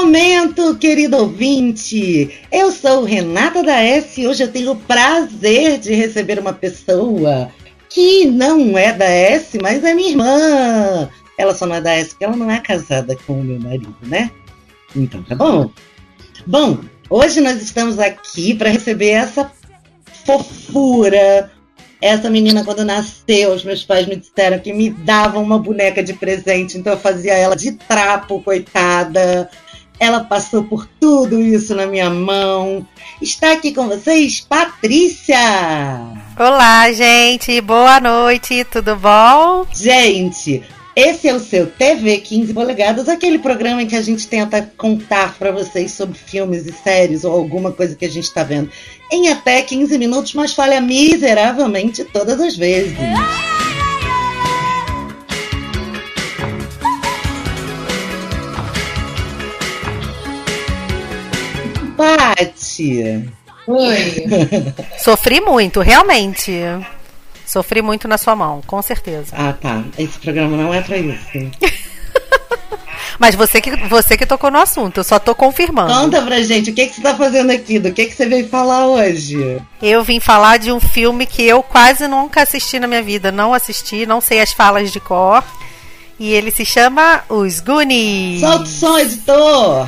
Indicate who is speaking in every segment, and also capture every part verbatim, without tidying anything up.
Speaker 1: momento, querido ouvinte! Eu sou Renata da S e hoje eu tenho o prazer de receber uma pessoa que não é da S, mas é minha irmã. Ela só não é da S porque ela não é casada com o meu marido, né? Então tá bom. Bom, hoje nós estamos aqui para receber essa fofura. Essa menina, quando nasceu, os meus pais me disseram que me davam uma boneca de presente, então eu fazia ela de trapo, coitada. Ela passou por tudo isso na minha mão. Está aqui com vocês, Patrícia!
Speaker 2: Olá, gente! Boa noite, tudo bom?
Speaker 1: Gente, esse é o seu T V quinze polegadas, aquele programa em que a gente tenta contar para vocês sobre filmes e séries ou alguma coisa que a gente está vendo em até quinze minutos, mas falha miseravelmente todas as vezes. Pati!
Speaker 3: Oi!
Speaker 2: Sofri muito, realmente. Sofri muito na sua mão, com certeza.
Speaker 1: Ah, tá. Esse programa não é pra isso.
Speaker 2: Mas você que, você que tocou no assunto, eu só tô confirmando.
Speaker 1: Conta pra gente, o que, que você tá fazendo aqui? Do que, que você veio falar hoje?
Speaker 2: Eu vim falar de um filme que eu quase nunca assisti na minha vida. Não assisti, não sei as falas de cor. E ele se chama Os Goonies.
Speaker 1: Solta o som, editor!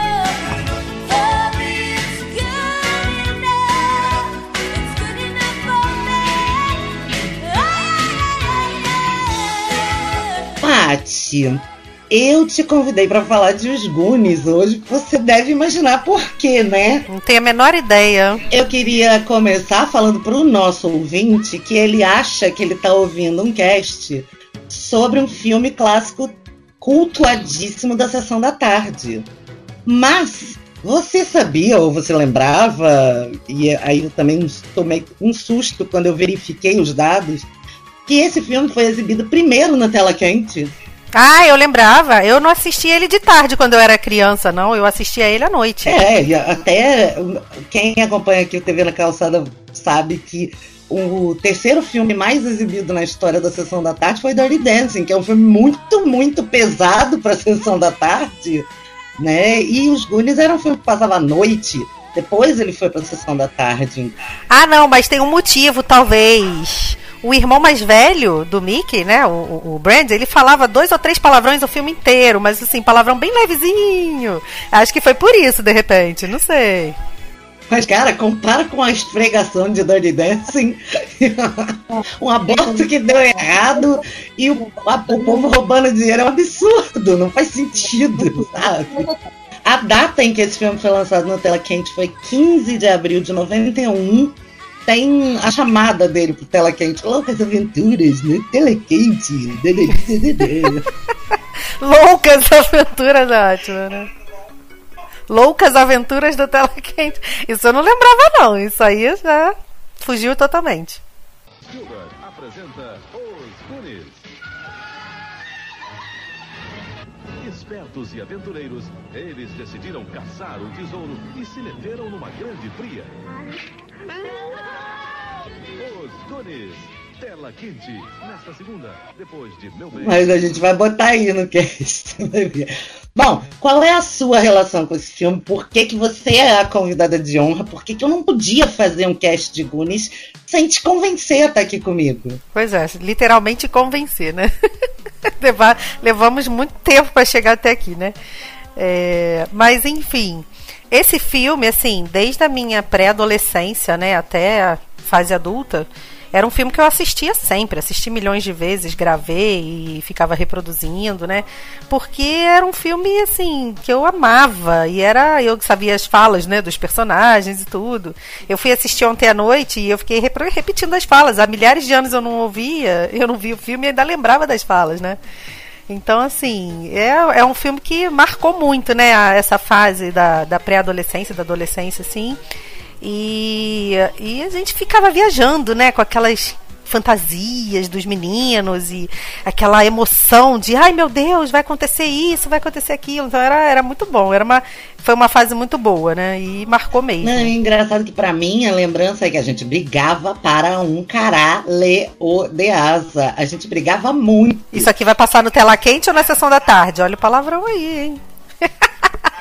Speaker 1: Pati, eu te convidei para falar de Os Goonies hoje, você deve imaginar por quê, né?
Speaker 2: Não tenho a menor ideia.
Speaker 1: Eu queria começar falando para o nosso ouvinte que ele acha que ele está ouvindo um cast sobre um filme clássico cultuadíssimo da Sessão da Tarde. Mas você sabia, ou você lembrava, e aí eu também tomei um susto quando eu verifiquei os dados, que esse filme foi exibido primeiro na tela quente.
Speaker 2: Ah, eu lembrava. Eu não assistia ele de tarde quando eu era criança, não. Eu assistia ele à noite.
Speaker 1: É, até quem acompanha aqui o T V na Calçada sabe que o terceiro filme mais exibido na história da Sessão da Tarde foi Dirty Dancing, que é um filme muito, muito pesado para a Sessão da Tarde, né? E Os Goonies era um filme que passava à noite. Depois ele foi para a Sessão da Tarde.
Speaker 2: Ah, não, mas tem um motivo, talvez. O irmão mais velho do Mickey, né, o, o Brand, ele falava dois ou três palavrões o filme inteiro, mas assim, palavrão bem levezinho. Acho que foi por isso, de repente, não sei.
Speaker 1: Mas, cara, compara com a esfregação de Dirty Dancing, um aborto que deu errado e o, a, o povo roubando dinheiro é um absurdo, não faz sentido, sabe? A data em que esse filme foi lançado na tela quente foi quinze de abril de noventa e um. Tem a chamada dele pro Tela Quente. Loucas Aventuras no Tela Quente.
Speaker 2: Loucas Aventuras, ótimo, né? Loucas Aventuras do Tela Quente. Isso eu não lembrava, não. Isso aí já fugiu totalmente.
Speaker 4: Spielberg apresenta Os Goonies. Espertos e aventureiros, eles decidiram caçar o tesouro e se meteram numa grande fria. Os Goonies, tela quente, nesta segunda, depois de Meu Bem.
Speaker 1: Mas a gente vai botar aí no cast. Bom, qual é a sua relação com esse filme? Por que, que você é a convidada de honra? Por que, que eu não podia fazer um cast de Goonies sem te convencer a estar aqui comigo?
Speaker 2: Pois é, literalmente convencer, né? Levar, levamos muito tempo para chegar até aqui, né? É, mas, enfim... Esse filme, assim, desde a minha pré-adolescência, né, até a fase adulta, era um filme que eu assistia sempre, assisti milhões de vezes, gravei e ficava reproduzindo, né, porque era um filme, assim, que eu amava, e era, eu que sabia as falas, né, dos personagens e tudo. Eu fui assistir ontem à noite e eu fiquei rep- repetindo as falas, há milhares de anos eu não ouvia, eu não via o filme e ainda lembrava das falas, né. Então, assim, é, é um filme que marcou muito, né, a, essa fase da, da pré-adolescência, da adolescência, assim, e, e a gente ficava viajando, né, com aquelas fantasias dos meninos e aquela emoção de, ai meu Deus, vai acontecer isso, vai acontecer aquilo. Então era, era muito bom, era uma, foi uma fase muito boa, né? E marcou mesmo.
Speaker 1: Não, é engraçado que pra mim a lembrança é que a gente brigava para um cará leo de asa. A gente brigava muito.
Speaker 2: Isso aqui vai passar no Tela Quente ou na Sessão da Tarde? Olha o palavrão aí, hein?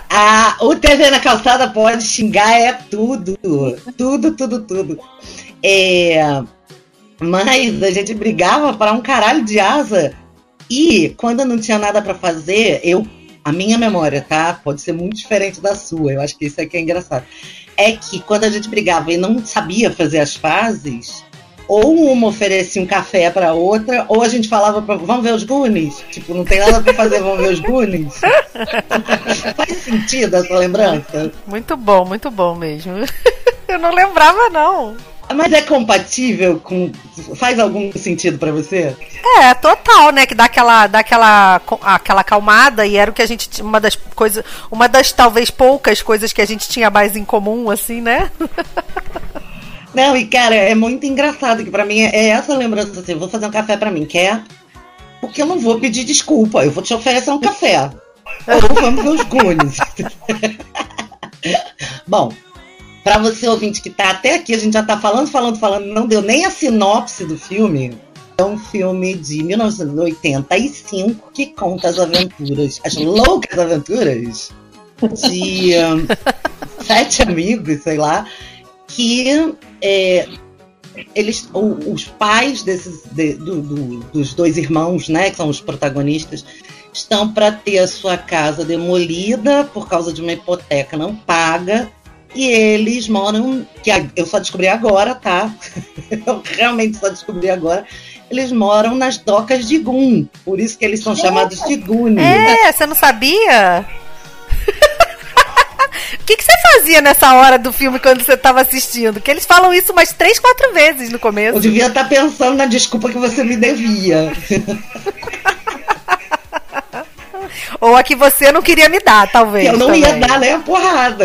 Speaker 1: Ah, o T V na calçada pode xingar é tudo. Tudo, tudo, tudo. É, mas a gente brigava para um caralho de asa. E quando eu não tinha nada para fazer, eu, a minha memória, tá? Pode ser muito diferente da sua. Eu acho que isso aqui é engraçado. É que quando a gente brigava e não sabia fazer as fases, ou uma oferecia um café pra outra, ou a gente falava pra, vamos ver os Goonies? Tipo, não tem nada pra fazer, vamos ver os Goonies? Faz sentido essa lembrança?
Speaker 2: Muito bom, muito bom mesmo. Eu não lembrava, não.
Speaker 1: Mas é compatível com... Faz algum sentido pra você?
Speaker 2: É, total, né? Que dá aquela, dá aquela, aquela acalmada, e era o que a gente... Uma das coisas... Uma das, talvez, poucas coisas que a gente tinha mais em comum, assim, né?
Speaker 1: Não, e cara, é muito engraçado, que pra mim é, é essa lembrança assim, vou fazer um café pra mim, quer? Porque eu não vou pedir desculpa, eu vou te oferecer um café. Ou vamos ver os Goonies. Bom, pra você ouvinte que tá até aqui, a gente já tá falando, falando, falando, não deu nem a sinopse do filme. É um filme de mil novecentos e oitenta e cinco que conta as aventuras, as loucas aventuras de um, sete amigos, sei lá, que é, eles, o, os pais desses, de, do, do, dos dois irmãos, né, que são os protagonistas, estão para ter a sua casa demolida por causa de uma hipoteca não paga, e eles moram, que eu só descobri agora, tá? Eu realmente só descobri agora. Eles moram nas docas de Goon, por isso que eles são chamados de Goonies.
Speaker 2: É, você não sabia? O que, que você fazia nessa hora do filme quando você estava assistindo? Que eles falam isso umas três, quatro vezes no começo.
Speaker 1: Eu devia estar pensando na desculpa que você me devia.
Speaker 2: Ou a que você não queria me dar, talvez.
Speaker 1: Eu não
Speaker 2: também.
Speaker 1: ia dar nem a porrada.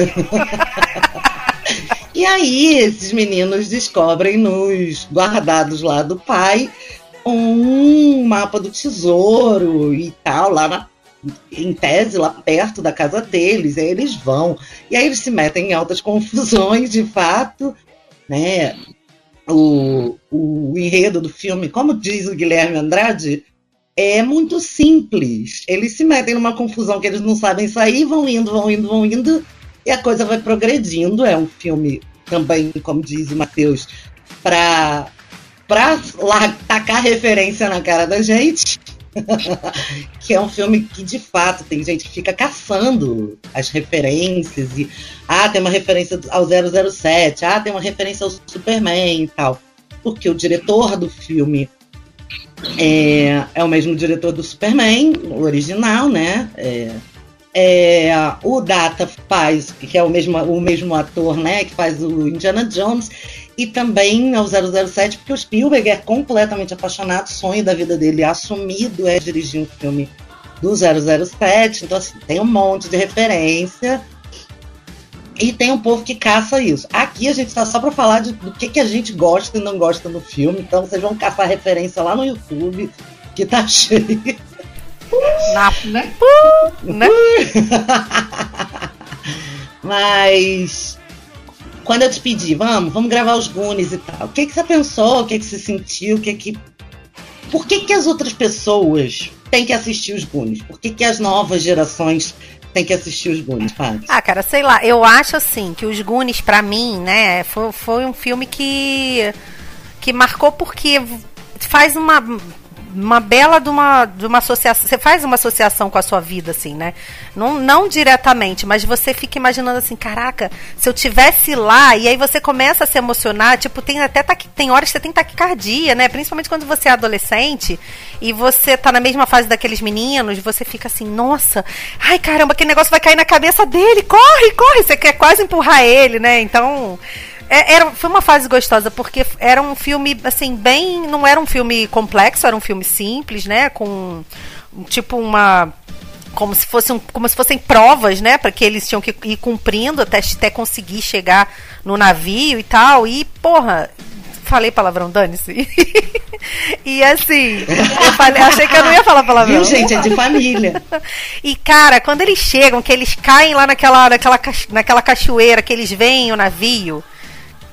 Speaker 1: E aí, esses meninos descobrem nos guardados lá do pai um mapa do tesouro e tal, lá na, em tese, lá perto da casa deles. Aí eles vão. E aí eles se metem em altas confusões, de fato, né? O, o enredo do filme, como diz o Guilherme Andrade, é muito simples. Eles se metem numa confusão que eles não sabem sair, vão indo, vão indo, vão indo, e a coisa vai progredindo. É um filme também, como diz o Matheus, para para lá tacar referência na cara da gente. Que é um filme que, de fato, tem gente que fica caçando as referências. E, ah, tem uma referência ao zero zero sete, ah, tem uma referência ao Superman e tal. Porque o diretor do filme É, é o mesmo diretor do Superman, o original, né? É, é, o Data faz, que é o mesmo, o mesmo ator, né? Que faz o Indiana Jones, e também é o zero zero sete, porque o Spielberg é completamente apaixonado, sonho da vida dele assumido é dirigir um filme do zero zero sete, então assim, tem um monte de referência. E tem um povo que caça isso. Aqui a gente está só para falar de, do que, que a gente gosta e não gosta no filme. Então vocês vão caçar referência lá no YouTube, que tá cheio.
Speaker 2: Na, né? né?
Speaker 1: Mas quando eu te pedi, vamos, vamos gravar os Goonies e tal, o que, que você pensou? O que, que você sentiu? O que que... Por que, que as outras pessoas têm que assistir os Goonies? Por que, que as novas gerações tem que assistir os Goonies, Paty?
Speaker 2: Ah, cara, sei lá, eu acho assim que os Goonies, pra mim, né, foi, foi um filme que que marcou porque faz uma uma bela de uma, de uma associação, você faz uma associação com a sua vida, assim, né? Não, não diretamente, mas você fica imaginando assim, caraca, se eu tivesse lá, e aí você começa a se emocionar, tipo, tem até taqui, tem horas que você tem taquicardia, né? Principalmente quando você é adolescente e você tá na mesma fase daqueles meninos, você fica assim, nossa, ai caramba, aquele negócio vai cair na cabeça dele, corre, corre, você quer quase empurrar ele, né? Então... É, era, foi uma fase gostosa, porque era um filme, assim, bem... Não era um filme complexo, era um filme simples, né? Com, tipo, uma... Como se, fosse um, como se fossem provas, né? Para que eles tinham que ir cumprindo até, até conseguir chegar no navio e tal. E, porra... Falei palavrão, dane-se. E assim, eu falei, achei que eu não ia falar palavrão.
Speaker 1: Viu, gente? É de família.
Speaker 2: E, cara, quando eles chegam, que eles caem lá naquela, naquela, naquela cachoeira, que eles veem o navio...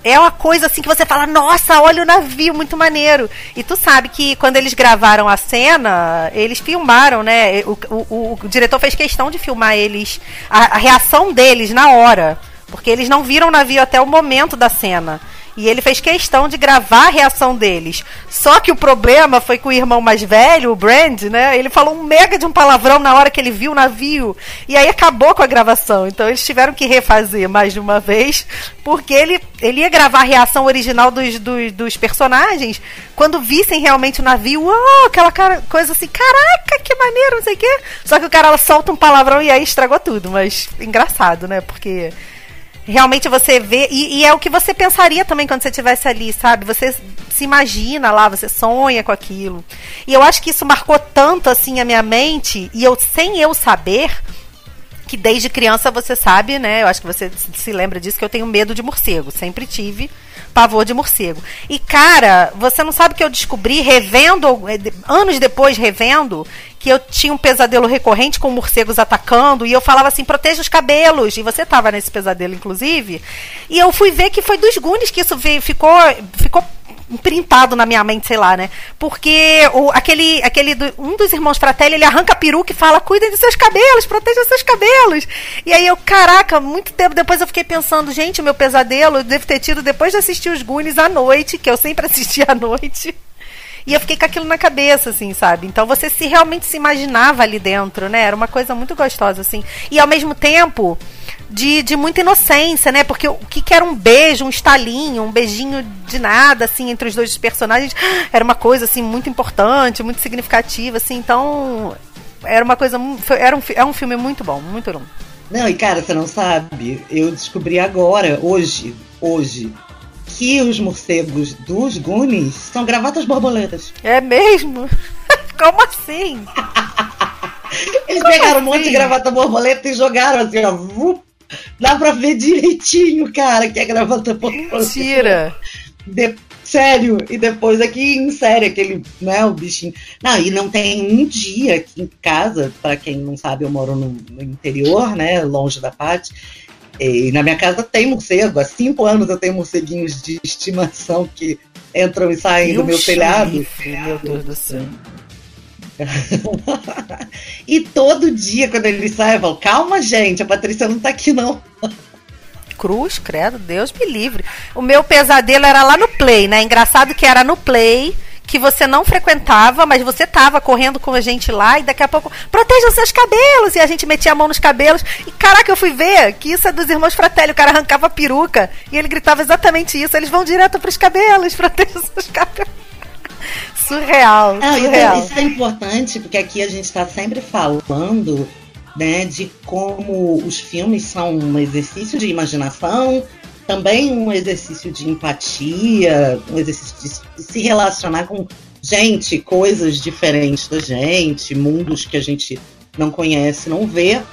Speaker 2: é uma coisa assim que você fala, nossa, olha o navio, muito maneiro. E tu sabe que quando eles gravaram a cena, eles filmaram, né? O, o, o diretor fez questão de filmar eles, a, a reação deles na hora. Porque eles não viram o navio até o momento da cena. E ele fez questão de gravar a reação deles. Só que o problema foi que o irmão mais velho, o Brand, né? Ele falou um mega de um palavrão na hora que ele viu o navio. E aí acabou com a gravação. Então eles tiveram que refazer mais de uma vez. Porque ele, ele ia gravar a reação original dos, dos, dos personagens. Quando vissem realmente o navio. Oh, aquela cara, coisa assim. Caraca, que maneiro, não sei o quê. Só que o cara solta um palavrão e aí estragou tudo. Mas engraçado, né? Porque... realmente você vê, e, e é o que você pensaria também quando você estivesse ali, sabe? Você se imagina lá, você sonha com aquilo. E eu acho que isso marcou tanto, assim, a minha mente, e eu, sem eu saber, que desde criança você sabe, né? Eu acho que você se lembra disso, que eu tenho medo de morcego. Sempre tive pavor de morcego. E, cara, você não sabe que eu descobri, revendo, anos depois, revendo, que eu tinha um pesadelo recorrente com morcegos atacando, e eu falava assim, proteja os cabelos, e você tava nesse pesadelo, inclusive, e eu fui ver que foi dos Goonies que isso veio, ficou, ficou imprintado na minha mente, sei lá, né, porque o, aquele, aquele do, um dos irmãos Fratelli, ele arranca a peruca e fala, cuidem dos seus cabelos, protejam os seus cabelos, e aí eu, caraca, muito tempo depois eu fiquei pensando, gente, o meu pesadelo eu devo ter tido depois de assistir os Goonies à noite, que eu sempre assisti à noite. E eu fiquei com aquilo na cabeça, assim, sabe? Então você se realmente se imaginava ali dentro, né? Era uma coisa muito gostosa, assim. E ao mesmo tempo, de, de muita inocência, né? Porque o que, que era um beijo, um estalinho, um beijinho de nada, assim, entre os dois personagens, era uma coisa, assim, muito importante, muito significativa, assim. Então, era uma coisa... Era um, é um filme muito bom, muito bom.
Speaker 1: Não, e cara, você não sabe, eu descobri agora, hoje, hoje... que os morcegos dos Goonies são gravatas borboletas.
Speaker 2: É mesmo? Como assim?
Speaker 1: Eles
Speaker 2: Como
Speaker 1: pegaram
Speaker 2: assim?
Speaker 1: um monte de gravata borboleta e jogaram assim, ó. Vup, dá pra ver direitinho, cara, que é gravata borboleta.
Speaker 2: Mentira!
Speaker 1: De, sério, e depois aqui insere aquele, né, o bichinho. Não, e não tem um dia aqui em casa, pra quem não sabe, eu moro no, no interior, né, longe da Paty. E na minha casa tem morcego, há cinco anos eu tenho morceguinhos de estimação que entram e saem do meu telhado.
Speaker 2: Meu Deus do céu.
Speaker 1: E todo dia quando eles saem eu falo, calma gente, a Patrícia não tá aqui não.
Speaker 2: Cruz, credo, Deus me livre. O meu pesadelo era lá no Play, né? Engraçado que era no Play, que você não frequentava, mas você tava correndo com a gente lá e daqui a pouco, proteja os seus cabelos, e a gente metia a mão nos cabelos, e caraca, eu fui ver que isso é dos irmãos Fratelli, o cara arrancava a peruca, e ele gritava exatamente isso, eles vão direto pros cabelos, proteja os seus cabelos. Surreal,
Speaker 1: ah,
Speaker 2: surreal.
Speaker 1: Isso é importante, porque aqui a gente tá sempre falando, né, de como os filmes são um exercício de imaginação, também um exercício de empatia, um exercício de se relacionar com gente, coisas diferentes da gente, mundos que a gente não conhece, não vê.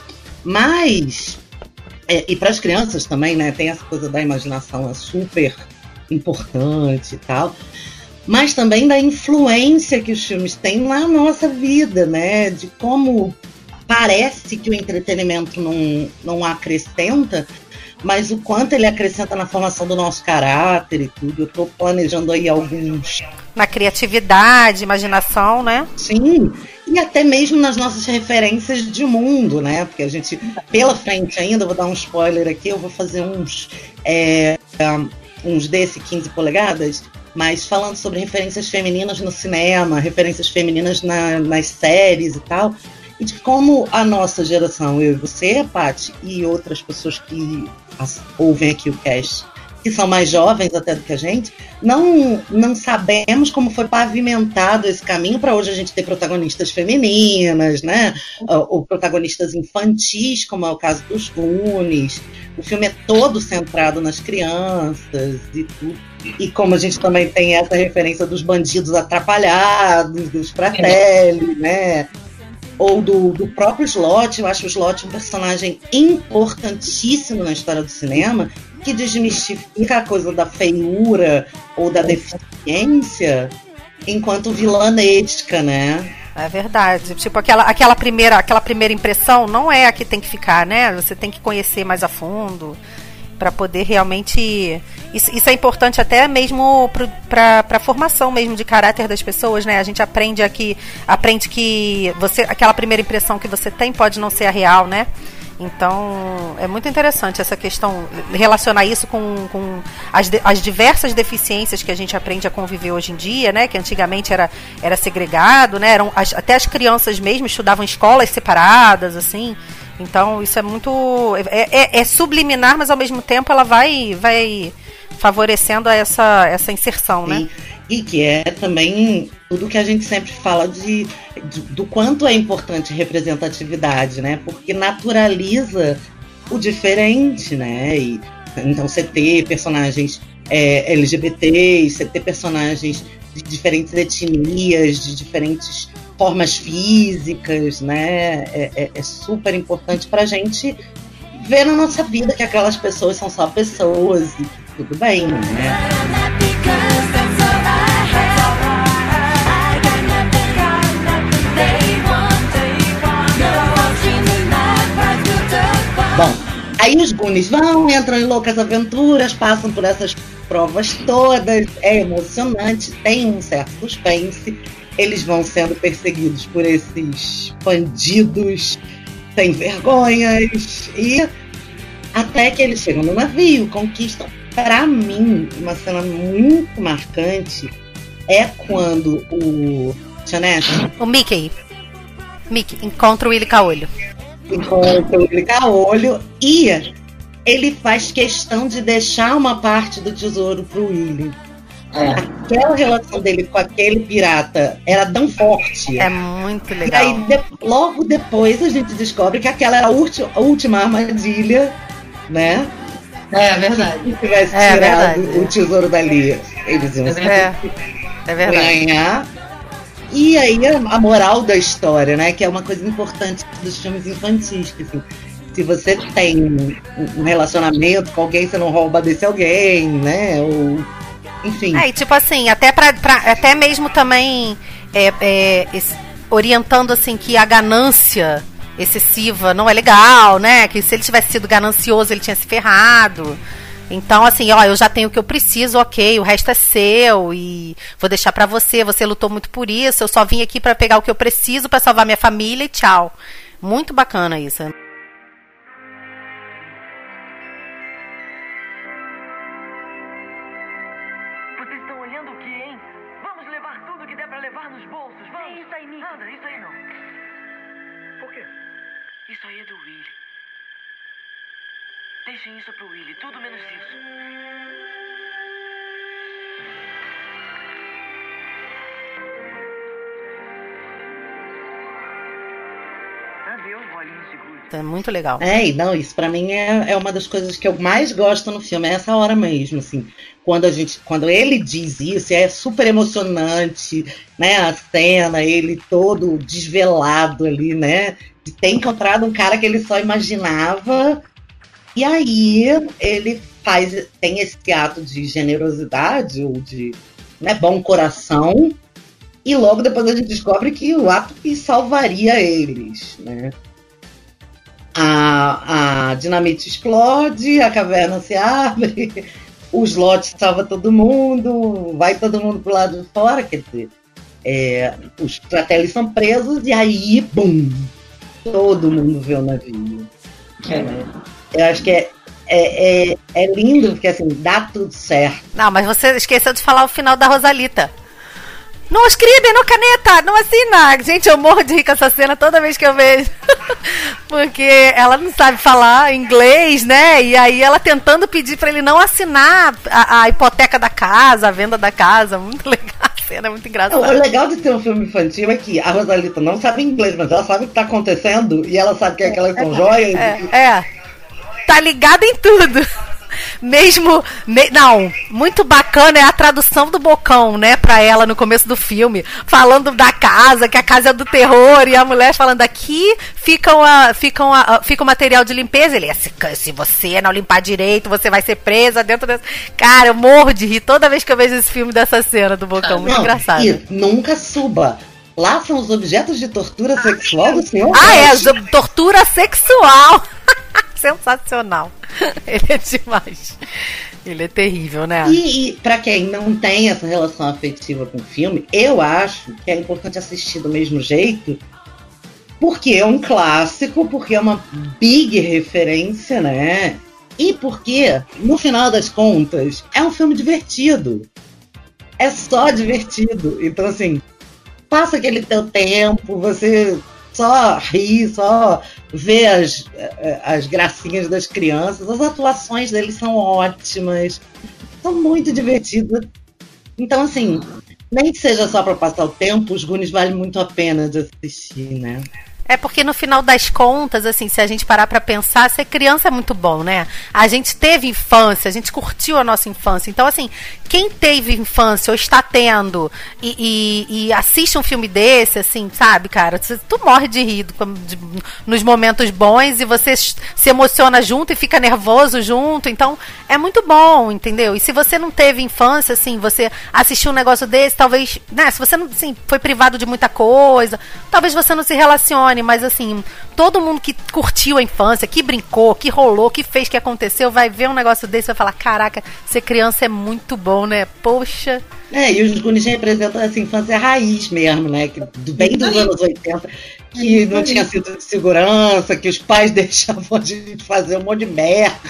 Speaker 1: Mas, é, e para as crianças também, né, tem essa coisa da imaginação, é super importante e tal. Mas também da influência que os filmes têm na nossa vida, né, de como parece que o entretenimento não, não acrescenta, mas o quanto ele acrescenta na formação do nosso caráter e tudo. Eu tô planejando aí alguns...
Speaker 2: Na criatividade, imaginação, né?
Speaker 1: Sim, e até mesmo nas nossas referências de mundo, né? Porque a gente, pela frente ainda, vou dar um spoiler aqui, eu vou fazer uns, é, uns desse quinze polegadas, mas falando sobre referências femininas no cinema, referências femininas na, nas séries e tal, e de como a nossa geração, eu e você, Paty, e outras pessoas que as, ouvem aqui o cast, que são mais jovens até do que a gente, não, não sabemos como foi pavimentado esse caminho para hoje a gente ter protagonistas femininas, né? Ou, ou protagonistas infantis, como é o caso dos Goonies. O filme é todo centrado nas crianças e tudo. E como a gente também tem essa referência dos bandidos atrapalhados, dos Fratelli, né? Ou do, do próprio Slot. Eu acho o Slot um personagem importantíssimo na história do cinema, que desmistifica a coisa da feiura ou da deficiência enquanto vilanesca, né?
Speaker 2: É verdade. Tipo, aquela, aquela, primeira, aquela primeira impressão não é a que tem que ficar, né? Você tem que conhecer mais a fundo. para poder realmente... Isso, isso é importante até mesmo para a formação mesmo de caráter das pessoas, né? A gente aprende aqui, aprende que você, aquela primeira impressão que você tem pode não ser a real, né? Então, é muito interessante essa questão, relacionar isso com, com as, de, as diversas deficiências que a gente aprende a conviver hoje em dia, né? Que antigamente era, era segregado, né? Eram, as, até as crianças mesmo estudavam em escolas separadas, assim. Então, isso é muito... É, é, é subliminar, mas ao mesmo tempo ela vai, vai favorecendo essa, essa inserção,
Speaker 1: Sim.
Speaker 2: né?
Speaker 1: E que é também tudo que a gente sempre fala de, de, do quanto é importante representatividade, né? Porque naturaliza o diferente, né? E, então você ter personagens é, L G B T, você ter personagens de diferentes etnias, de diferentes formas físicas, né? É, é, é super importante pra gente ver na nossa vida que aquelas pessoas são só pessoas e tudo bem, né? Bom, aí os Goonies vão, entram em loucas aventuras, passam por essas provas todas, é emocionante, tem um certo suspense. Eles vão sendo perseguidos por esses bandidos sem vergonhas e até que eles chegam no navio, conquistam. Para mim, uma cena muito marcante é quando o Chanete,
Speaker 2: o Mickey, Mickey encontra o Willy Caolho.
Speaker 1: Encontra o Willy Caolho e ele faz questão de deixar uma parte do tesouro pro Willy. É. Aquela relação dele com aquele pirata era tão forte.
Speaker 2: É muito legal.
Speaker 1: E aí, de, logo depois, a gente descobre que aquela era a, ulti, a última armadilha, né?
Speaker 3: É verdade.
Speaker 1: Se tivesse
Speaker 2: é,
Speaker 1: tirado
Speaker 2: verdade.
Speaker 1: o tesouro dali, eles iam
Speaker 2: é, é verdade.
Speaker 1: ganhar. E aí, a moral da história, né? Que é uma coisa importante dos filmes infantis, que assim, se você tem um, um relacionamento com alguém, você não rouba desse alguém, né? Ou, enfim.
Speaker 2: É, e tipo assim, até, pra, pra, até mesmo também é, é, esse, orientando assim que a ganância excessiva não é legal, né? Que se ele tivesse sido ganancioso, ele tinha se ferrado. Então, assim, ó, eu já tenho o que eu preciso, ok, o resto é seu e vou deixar pra você, você lutou muito por isso, eu só vim aqui pra pegar o que eu preciso pra salvar minha família e tchau. Muito bacana isso.
Speaker 5: Vocês estão olhando o que, hein? Vamos levar tudo que der pra levar nos bolsos, vamos! Isso aí, Nick. Nada, isso aí não. Por quê? Isso aí é do Willy. Deixem isso pro Willy, tudo menos isso. Adeus, bolinho seguro.
Speaker 2: É muito legal.
Speaker 1: É, não, isso pra mim é, é uma das coisas que eu mais gosto no filme, é essa hora mesmo, assim. Quando, a gente, quando ele diz isso, é super emocionante, né? A cena, ele todo desvelado ali, né? De ter encontrado um cara que ele só imaginava. E aí ele faz, tem esse ato de generosidade ou de, né, bom coração, e logo depois a gente descobre que o ato que salvaria eles, né? A, a dinamite explode, a caverna se abre, o slot salva todo mundo, vai todo mundo pro lado de fora, quer dizer, é, os fratelli são presos e aí, bum, todo mundo vê o navio. É. Eu acho que é, é, é, é lindo, porque assim, dá tudo certo.
Speaker 2: Não, mas você esqueceu de falar o final da Rosalita. Não escreve, não caneta, não assina. Gente, eu morro de rir com essa cena toda vez que eu vejo. Porque ela não sabe falar inglês, né? E aí ela tentando pedir pra ele não assinar a, a hipoteca da casa, a venda da casa. Muito legal, a cena é muito engraçada.
Speaker 1: O legal de ter um filme infantil é que a Rosalita não sabe inglês, mas ela sabe o que tá acontecendo e ela sabe que aquelas são joias.
Speaker 2: É, é. Tá ligado em tudo. Mesmo, me, não, muito bacana é a tradução do Bocão, né, pra ela no começo do filme, falando da casa, que a casa é do terror, e a mulher falando aqui fica, uma, fica, uma, fica o material de limpeza. Ele, se, se você não limpar direito, você vai ser presa dentro dessa... Cara, eu morro de rir toda vez que eu vejo esse filme dessa cena do Bocão, muito
Speaker 1: não,
Speaker 2: engraçado.
Speaker 1: E nunca suba. Lá são os objetos de tortura sexual do senhor.
Speaker 2: Ah, é, tortura sexual. Isso sensacional. Ele é demais. Ele é terrível, né?
Speaker 1: E, e pra quem não tem essa relação afetiva com o filme, eu acho que é importante assistir do mesmo jeito, porque é um clássico, porque é uma big referência, né? E porque, no final das contas, é um filme divertido. É só divertido. Então, assim, passa aquele teu tempo, você só ri, só vê as, as gracinhas das crianças. As atuações deles são ótimas, são muito divertidas. Então, assim, nem que seja só para passar o tempo, os Goonies vale muito a pena de assistir, né?
Speaker 2: É porque no final das contas, assim, se a gente parar pra pensar, ser criança é muito bom, né? A gente teve infância, a gente curtiu a nossa infância. Então, assim, quem teve infância ou está tendo e, e, e assiste um filme desse, assim, sabe, cara? Tu morre de rir de, nos momentos bons e você se emociona junto e fica nervoso junto. Então, é muito bom, entendeu? E se você não teve infância, assim, você assistiu um negócio desse, talvez, né? Se você não, assim, foi privado de muita coisa, talvez você não se relacione. Mas assim, todo mundo que curtiu a infância, que brincou, que rolou, que fez, que aconteceu, vai ver um negócio desse e vai falar, caraca, ser criança é muito bom, né? Poxa.
Speaker 1: É, e os Goonies representam essa infância raiz mesmo, né? Que, do bem dos anos oitenta, que não tinha sido de segurança, que os pais deixavam a gente fazer um monte de merda.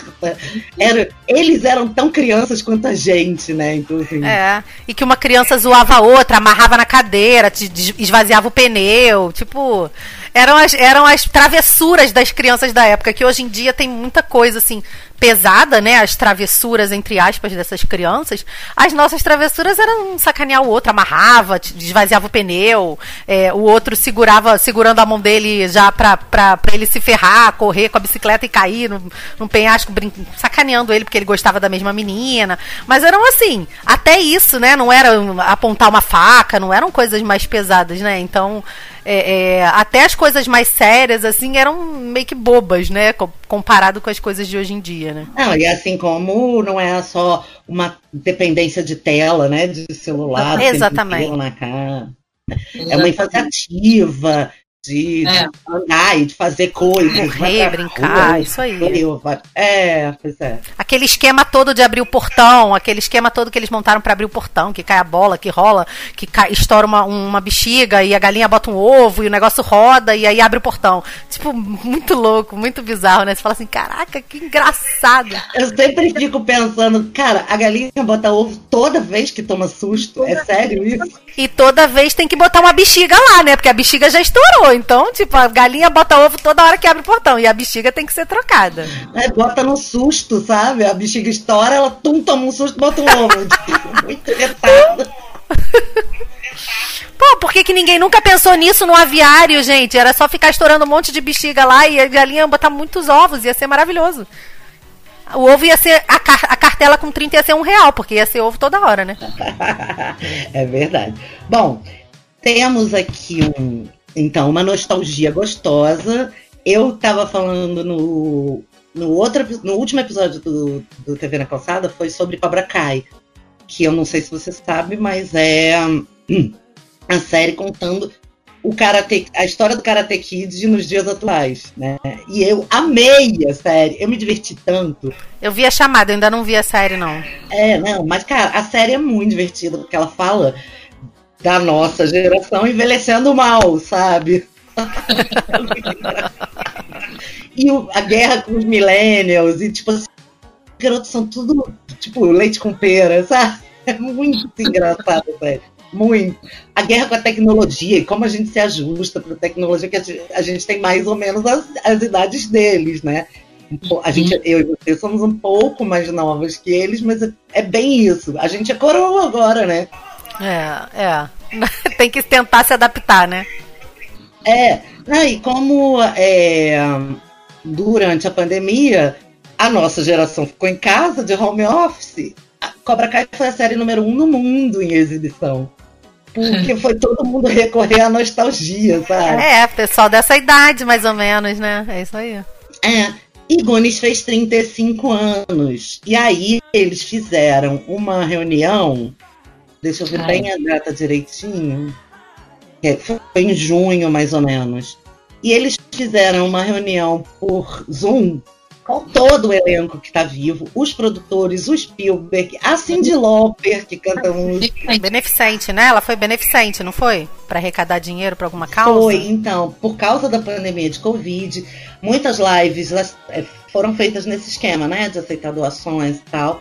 Speaker 1: Era, eles eram tão crianças quanto a gente, né? Então, assim...
Speaker 2: É, e que uma criança zoava a outra, amarrava na cadeira, esvaziava o pneu, tipo... Eram as, eram as travessuras das crianças da época, que hoje em dia tem muita coisa, assim, pesada, né? As travessuras, entre aspas, dessas crianças. As nossas travessuras eram sacanear o outro, amarrava, esvaziava o pneu, é, o outro segurava, segurando a mão dele já pra, pra, pra ele se ferrar, correr com a bicicleta e cair num, num penhasco, brin- sacaneando ele porque ele gostava da mesma menina. Mas eram assim, até isso, né? Não era apontar uma faca, não eram coisas mais pesadas, né? Então... É, é, até as coisas mais sérias, assim, eram meio que bobas, né? Comparado com as coisas de hoje em dia, né?
Speaker 1: Não, e assim como não é só uma dependência de tela, né? De celular.
Speaker 2: Exatamente.
Speaker 1: Na cara. É uma infância ativa, de,
Speaker 3: É.
Speaker 1: de andar e de fazer coisas.
Speaker 2: Correr, brincar,
Speaker 1: rua,
Speaker 2: isso aí.
Speaker 1: É, pois é.
Speaker 2: Aquele esquema todo de abrir o portão, aquele esquema todo que eles montaram pra abrir o portão, que cai a bola, que rola, que cai, estoura uma, uma bexiga e a galinha bota um ovo e o negócio roda e aí abre o portão. Tipo, muito louco, muito bizarro, né? Você fala assim, caraca, que engraçado.
Speaker 1: Eu sempre fico pensando, cara, a galinha bota ovo toda vez que toma susto. É sério isso?
Speaker 2: E toda vez tem que botar uma bexiga lá, né? Porque a bexiga já estourou. Então, tipo, a galinha bota ovo toda hora que abre o portão. E a bexiga tem que ser trocada.
Speaker 1: É, bota no susto, sabe? A bexiga estoura, ela tum, toma um susto e bota um ovo. Muito retado.
Speaker 2: Pô, por que, que ninguém nunca pensou nisso no aviário, gente? Era só ficar estourando um monte de bexiga lá e a galinha ia botar muitos ovos. Ia ser maravilhoso. O ovo ia ser... A, car- a cartela com trinta ia ser um real, porque ia ser ovo toda hora, né?
Speaker 1: É verdade. Bom, temos aqui um, então, uma nostalgia gostosa. Eu tava falando no, no, outro, no último episódio do, do T V na Calçada, foi sobre Cobra Kai, que eu não sei se você sabe, mas é hum, a série contando o karate, a história do Karate Kid nos dias atuais, né? E eu amei a série, eu me diverti tanto.
Speaker 2: Eu vi a chamada, eu ainda não vi a série, não.
Speaker 1: É, não, mas, cara, a série é muito divertida, porque ela fala da nossa geração envelhecendo mal, sabe? E o, a guerra com os millennials, e tipo assim, os garotos são tudo, tipo, leite com pera, sabe? É muito engraçado, sério. Muito. A guerra com a tecnologia e como a gente se ajusta para a tecnologia, que a gente, a gente tem mais ou menos as, as idades deles, né? A gente, eu e você somos um pouco mais novas que eles, mas é, é bem isso. A gente é coroa agora, né?
Speaker 2: É, é. Tem que tentar se adaptar, né?
Speaker 1: É. Não, e como é, durante a pandemia, a nossa geração ficou em casa de home office, a Cobra Kai foi a série número um no mundo em exibição. Porque foi todo mundo recorrer à nostalgia, sabe?
Speaker 2: É, pessoal dessa idade, mais ou menos, né? É isso aí.
Speaker 1: É. E Goonies fez trinta e cinco anos. E aí eles fizeram uma reunião. Deixa eu ver
Speaker 3: Ai.
Speaker 1: bem a data direitinho. É, foi em junho, mais ou menos. E eles fizeram uma reunião por Zoom todo o elenco que tá vivo, os produtores, o Spielberg, a Cyndi Lauper, que canta música.
Speaker 2: Beneficente, né? Ela foi beneficente, não foi? Para arrecadar dinheiro para alguma causa?
Speaker 1: Foi, então, por causa da pandemia de Covid, muitas lives elas, é, foram feitas nesse esquema, né? De aceitar doações e tal.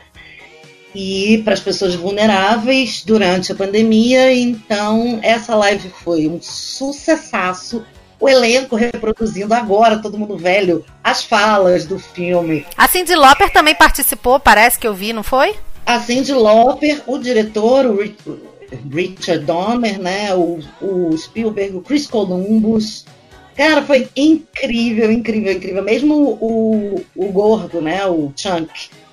Speaker 1: E para as pessoas vulneráveis durante a pandemia, então essa live foi um sucessaço. O elenco reproduzindo agora, todo mundo velho, as falas do filme.
Speaker 2: A Cyndi Lauper também participou, parece que eu vi, não foi?
Speaker 1: A Cyndi Lauper, o diretor, o Richard Donner, né, o, o Spielberg, o Chris Columbus. Cara, foi incrível, incrível, incrível. Mesmo o, o gordo, né, o Chunk,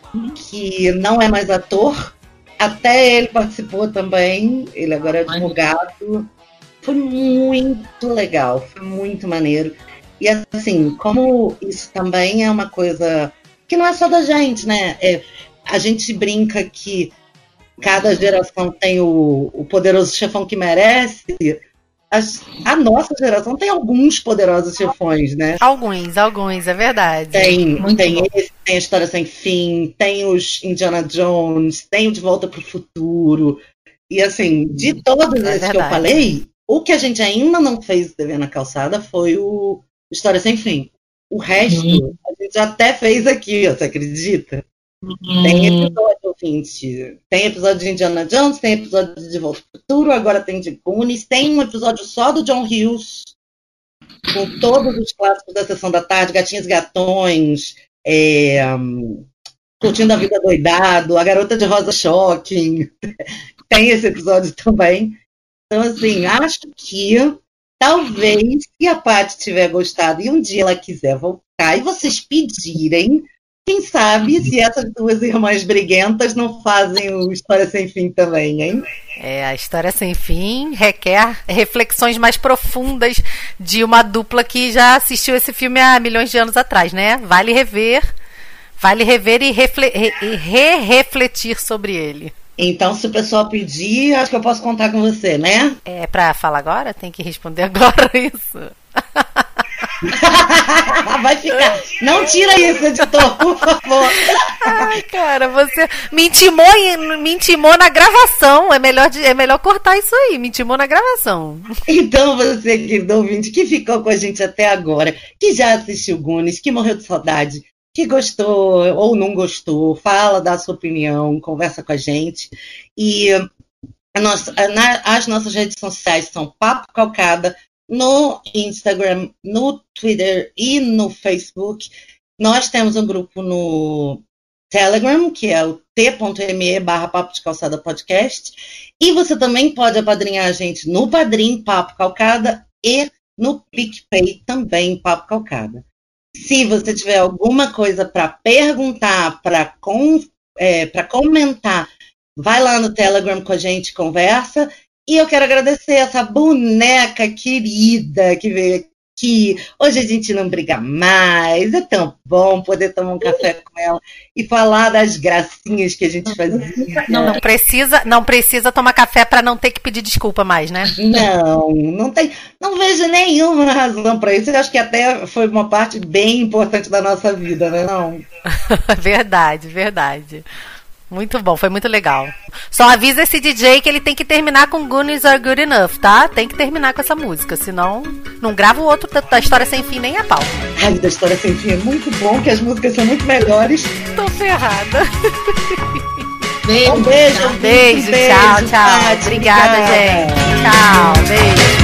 Speaker 1: que não é mais ator, até ele participou também. Ele agora é advogado. Foi muito legal, foi muito maneiro. E assim, como isso também é uma coisa que não é só da gente, né? É, a gente brinca que cada geração tem o, o poderoso chefão que merece. A, a nossa geração tem alguns poderosos chefões, né?
Speaker 2: Alguns, alguns, é verdade.
Speaker 1: Tem, tem esse, tem a História Sem Fim, tem os Indiana Jones, tem o De Volta para o Futuro. E assim, de todos
Speaker 2: é
Speaker 1: esses que eu falei, o que a gente ainda não fez T V na Calçada foi o História Sem Fim. O resto, uhum. a gente até fez aqui, você acredita? Uhum. Tem episódio, ouvinte. Tem episódio de Indiana Jones, tem episódio de De Volta ao Futuro, agora tem de Goonies, tem um episódio só do John Hughes, com todos os clássicos da Sessão da Tarde, Gatinhos e Gatões, é, um, Curtindo a Vida Doidado, A Garota de Rosa Shocking. Tem esse episódio também. Então, assim, acho que talvez, se a Paty tiver gostado e um dia ela quiser voltar e vocês pedirem, quem sabe se essas duas irmãs briguentas não fazem o História Sem Fim também, hein?
Speaker 2: É, a História Sem Fim requer reflexões mais profundas de uma dupla que já assistiu esse filme há milhões de anos atrás, né? Vale rever, vale rever e, refle- e re-refletir sobre ele.
Speaker 1: Então, se o pessoal pedir, acho que eu posso contar com você, né?
Speaker 2: É pra falar agora? Tem que responder agora isso.
Speaker 1: Vai ficar. Não tira isso, editor, por favor.
Speaker 2: Ai, cara, você me intimou, me intimou na gravação. É melhor, de, é melhor cortar isso aí. Me intimou na gravação.
Speaker 1: Então, você, querido ouvinte, que ficou com a gente até agora, que já assistiu Goonies, que morreu de saudade, que gostou ou não gostou, fala, dá a sua opinião, conversa com a gente. E a nossa, na, as nossas redes sociais são Papo Calcada, no Instagram, no Twitter e no Facebook. Nós temos um grupo no Telegram, que é o t.me barra Papo de Calçada Podcast. E você também pode apadrinhar a gente no Padrim Papo Calcada e no PicPay também Papo Calcada. Se você tiver alguma coisa para perguntar, para com, é, para comentar, vai lá no Telegram com a gente, conversa. E eu quero agradecer essa boneca querida que veio aqui. Hoje a gente não briga mais, é tão bom poder tomar um café com ela e falar das gracinhas que a gente fazia.
Speaker 2: Não, não precisa, não precisa tomar café para não ter que pedir desculpa mais, né?
Speaker 1: Não, não tem, não vejo nenhuma razão para isso. Eu acho que até foi uma parte bem importante da nossa vida, né? Não.
Speaker 2: Verdade, verdade. Muito bom, foi muito legal. Só avisa esse D J que ele tem que terminar com Goonies Are Good Enough, tá? Tem que terminar com essa música, senão não grava o outro da História Sem Fim nem a pau.
Speaker 1: Ai, da História Sem Fim é muito bom, que as músicas são muito melhores.
Speaker 2: Tô ferrada.
Speaker 1: Beijo, um beijo,
Speaker 2: um beijo, beijo, tchau, tchau. Obrigada, obrigada, gente. Tchau, beijo.